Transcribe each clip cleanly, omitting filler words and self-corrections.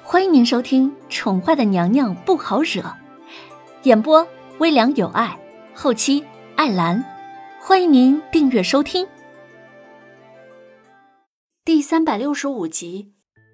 欢迎您收听《宠坏的娘娘不好惹》，演播微凉有爱，后期艾兰。欢迎您订阅收听。第365集。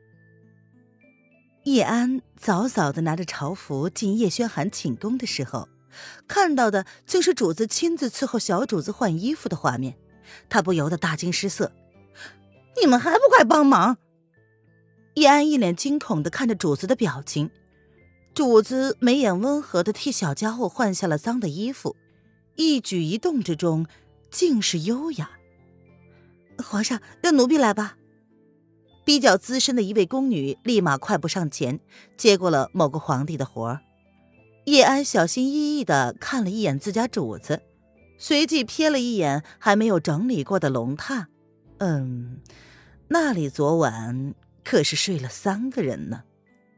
叶安早早地拿着朝服进叶轩寒寝宫的时候，看到的竟是主子亲自伺候小主子换衣服的画面，他不由得大惊失色。你们还不快帮忙！叶安一脸惊恐地看着主子的表情，主子眉眼温和地替小家伙换下了脏的衣服，一举一动之中尽是优雅。皇上，让奴婢来吧。比较资深的一位宫女立马快步上前，接过了某个皇帝的活儿。叶安小心翼翼地看了一眼自家主子，随即瞥了一眼还没有整理过的龙榻。那里昨晚可是睡了3个人呢。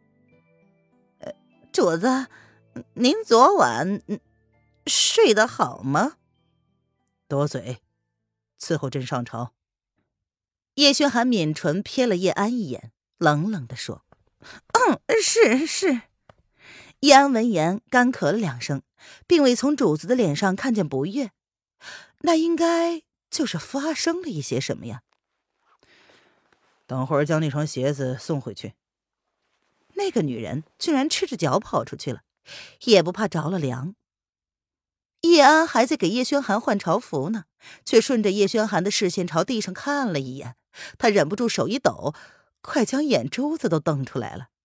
主子，您昨晚睡得好吗？ 多嘴，伺候朕上朝。 叶轩寒抿唇瞥了叶安一眼，冷冷地说：是。叶安闻言干咳了2声，并未从主子的脸上看见不悦，那应该就是发生了一些什么呀。 等会儿将那双鞋子送回去。 那个女人居然赤着脚跑出去了，也不怕着了凉。叶安还在给叶轩寒换朝服呢，却顺着叶轩寒的视线朝地上看了一眼，他忍不住手一抖，快将眼珠子都瞪出来了。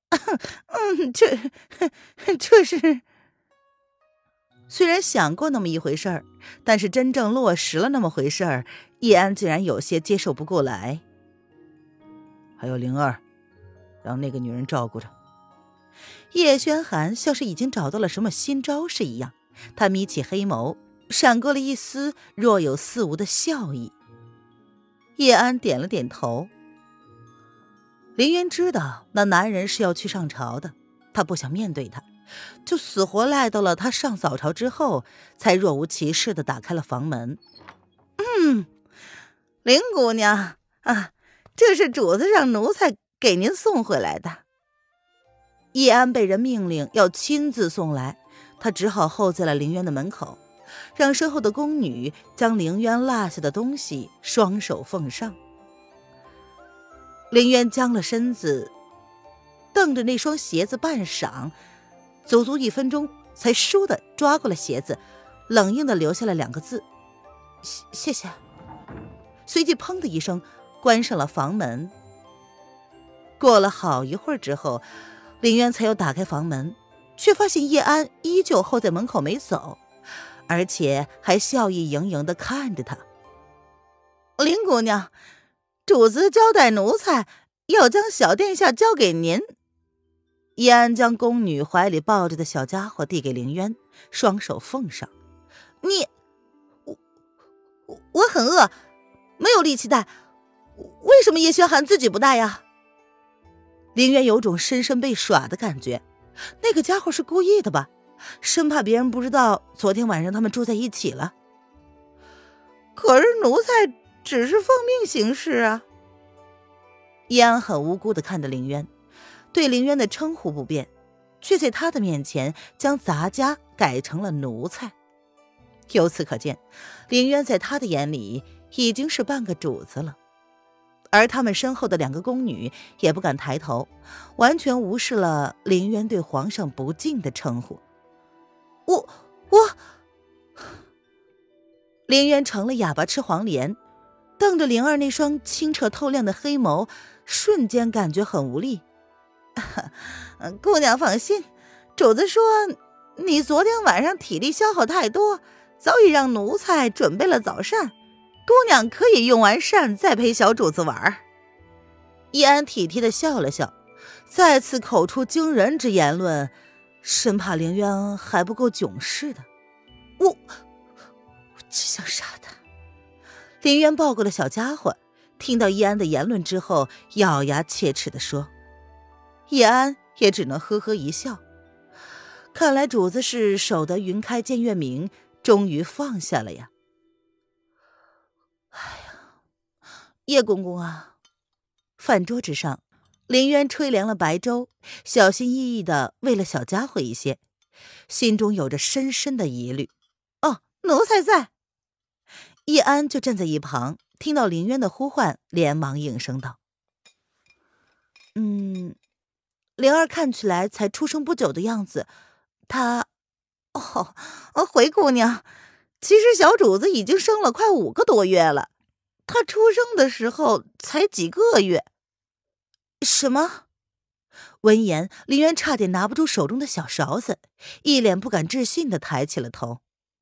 这是……虽然想过那么一回事儿，但是真正落实了那么回事儿，叶安竟然有些接受不过来。 还有灵儿，让那个女人照顾着。 叶轩寒像是已经找到了什么新招式一样，他眯起黑眸，闪过了一丝若有似无的笑意。叶安点了点头。凌渊知道那男人是要去上朝的，他不想面对他，就死活赖到了他上早朝之后，才若无其事地打开了房门。林姑娘啊，这是主子让奴才给您送回来的。叶安被人命令要亲自送来，他只好候在了凌渊的门口，让身后的宫女将凌渊落下的东西双手奉上。凌渊僵了身子，瞪着那双鞋子半晌，足足1分钟才倏地抓过了鞋子，冷硬地留下了2个字：谢谢。随即砰的一声关上了房门。过了好一会儿之后，凌渊才又打开房门，却发现叶安依旧候在门口没走，而且还笑意盈盈地看着他。林姑娘，主子交代奴才要将小殿下交给您。叶安将宫女怀里抱着的小家伙递给凌渊，双手奉上。我很饿，没有力气带，为什么叶轩寒自己不带呀？凌渊有种深深被耍的感觉，那个家伙是故意的吧？生怕别人不知道昨天晚上他们住在一起了。可是奴才只是奉命行事啊。叶安很无辜地看着凌渊，对凌渊的称呼不变，却在他的面前将杂家改成了奴才。由此可见，凌渊在他的眼里已经是半个主子了。而他们身后的2个宫女也不敢抬头，完全无视了凌渊对皇上不敬的称呼。我凌渊成了哑巴吃黄连，瞪着灵儿那双清澈透亮的黑眸，瞬间感觉很无力。姑娘放心，主子说你昨天晚上体力消耗太多，早已让奴才准备了早膳，姑娘可以用完膳再陪小主子玩。叶安体贴地笑了笑，再次口出惊人之言论，生怕凌渊还不够囧似的。我只想杀他。凌渊抱过了小家伙，听到叶安的言论之后，咬牙切齿地说。叶安也只能呵呵一笑，看来主子是守得云开见月明，终于放下了呀。哎呀，叶公公啊！饭桌之上， 林渊吹凉了白粥，小心翼翼地喂了小家伙一些，心中有着深深的疑虑。哦，奴才在。叶安就站在一旁，听到林渊的呼唤，连忙应声道：灵儿看起来才出生不久的样子，她……回姑娘，其实小主子已经生了快5个多月了，她出生的时候才几个月。什么？闻言，林渊差点拿不住手中的小勺子，一脸不敢置信地抬起了头。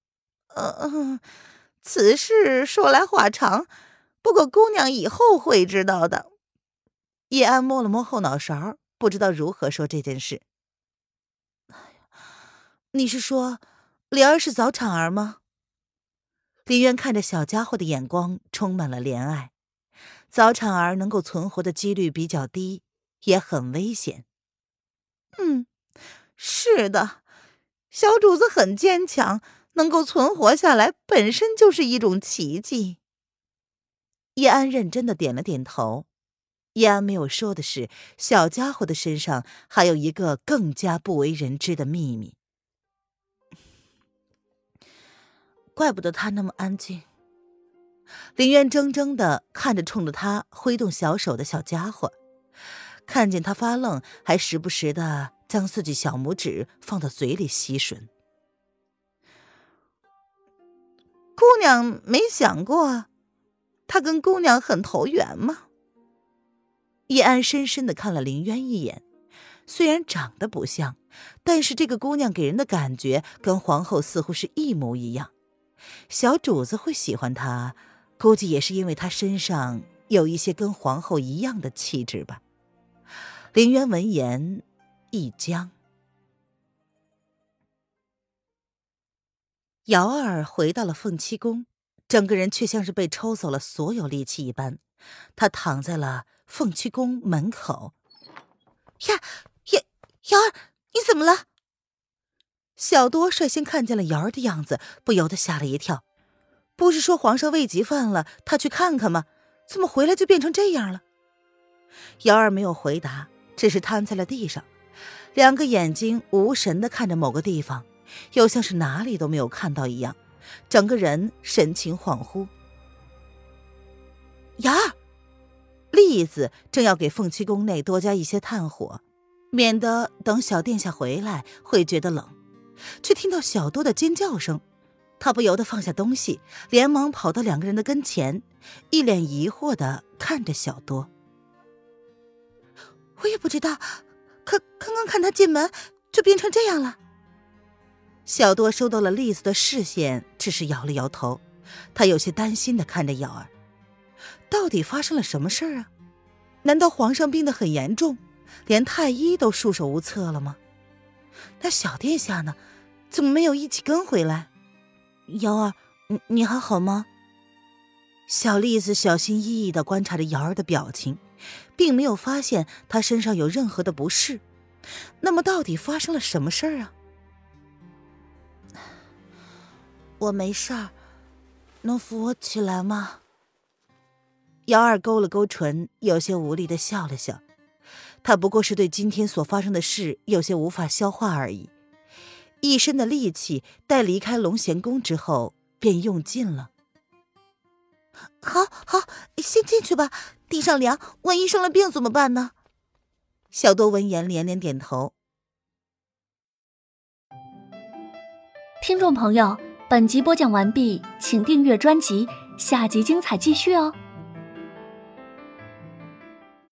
此事说来话长，不过姑娘以后会知道的。叶安摸了摸后脑勺，不知道如何说这件事。你是说灵儿是早产儿吗？林渊看着小家伙的眼光充满了怜爱。早产儿能够存活的几率比较低，也很危险。是的，小主子很坚强，能够存活下来本身就是一种奇迹。叶安认真的点了点头。叶安没有说的是，小家伙的身上还有一个更加不为人知的秘密。怪不得他那么安静。林渊怔怔地看着冲着他挥动小手的小家伙，看见他发愣，还时不时地将自己小拇指放到嘴里吸吮。姑娘没想过他跟姑娘很投缘吗？叶安深深地看了林渊一眼，虽然长得不像，但是这个姑娘给人的感觉跟皇后似乎是一模一样。小主子会喜欢她，估计也是因为她身上有一些跟皇后一样的气质吧。林渊闻言一僵。瑶儿回到了凤栖宫，整个人却像是被抽走了所有力气一般，她躺在了凤栖宫门口。瑶儿，你怎么了？小多率先看见了瑶儿的样子，不由得吓了一跳。不是说皇上危急犯了，他去看看吗？怎么回来就变成这样了？瑶儿没有回答，只是瘫在了地上，两个眼睛无神地看着某个地方，又像是哪里都没有看到一样，整个人神情恍惚。瑶儿，栗子正要给凤栖宫内多加一些炭火，免得等小殿下回来会觉得冷，却听到小多的尖叫声，他不由得放下东西，连忙跑到两个人的跟前，一脸疑惑地看着小多。我也不知道，刚刚看他进门就变成这样了。小多收到了栗子的视线，只是摇了摇头，他有些担心地看着瑶儿，到底发生了什么事啊？难道皇上病得很严重，连太医都束手无策了吗？那小殿下呢？怎么没有一起跟回来？瑶儿，你还好吗？小栗子小心翼翼地观察着瑶儿的表情，并没有发现她身上有任何的不适。那么到底发生了什么事儿啊？我没事儿，能扶我起来吗？瑶儿勾了勾唇，有些无力地笑了笑。她不过是对今天所发生的事有些无法消化而已，一身的力气待离开龙贤宫之后便用尽了。好，先进去吧，地上凉，万一生了病怎么办呢？小多闻言连连点头。 听众朋友，本集播讲完毕，请订阅专辑，下集精彩继续哦。